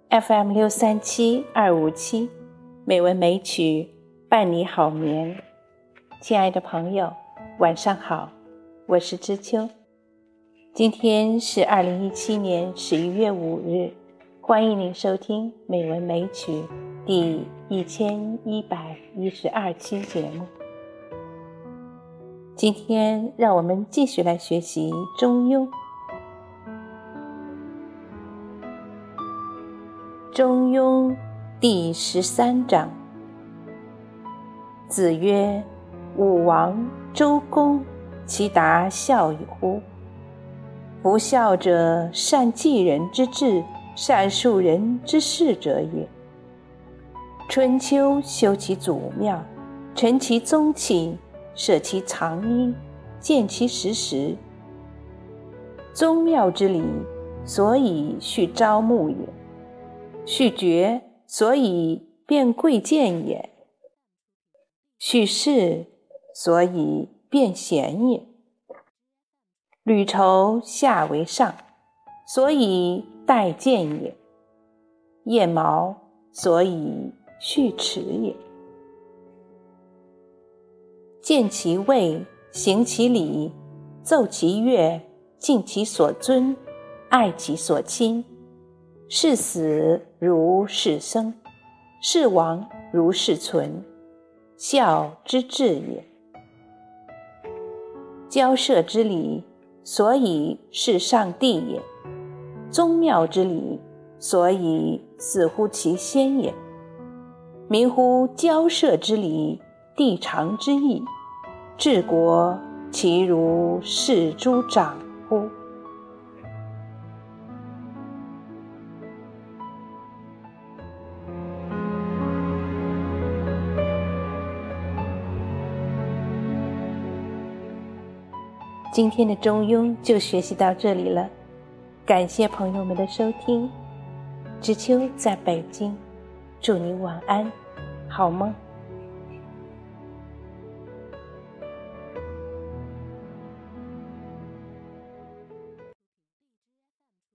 FM637257，美文美曲伴你好眠。亲爱的朋友，晚上好，我是知秋。今天是2017年11月5日，欢迎您收听美文美曲第1112期节目。今天让我们继续来学习中庸。中庸第13章。子曰：武王、周公，其达孝矣乎？夫孝者，善继人之志，善述人之事者也。春秋修其祖庙，承其宗器，设其藏衣，见其实时。宗庙之礼，所以序朝暮也；序爵，所以变贵贱也；序士，所以变贤也。履绸下为上，所以戴剑也；燕毛，所以序齿也。见其位，行其礼，奏其乐，敬其所尊，爱其所亲。是死如是生，是亡如是存，孝之至也。交涉之礼，所以是上帝也；宗庙之礼，所以似乎其先也。民乎交涉之礼，地长之义，治国其如是诸长乎？今天的中庸就学习到这里了，感谢朋友们的收听。知秋在北京，祝你晚安，好梦。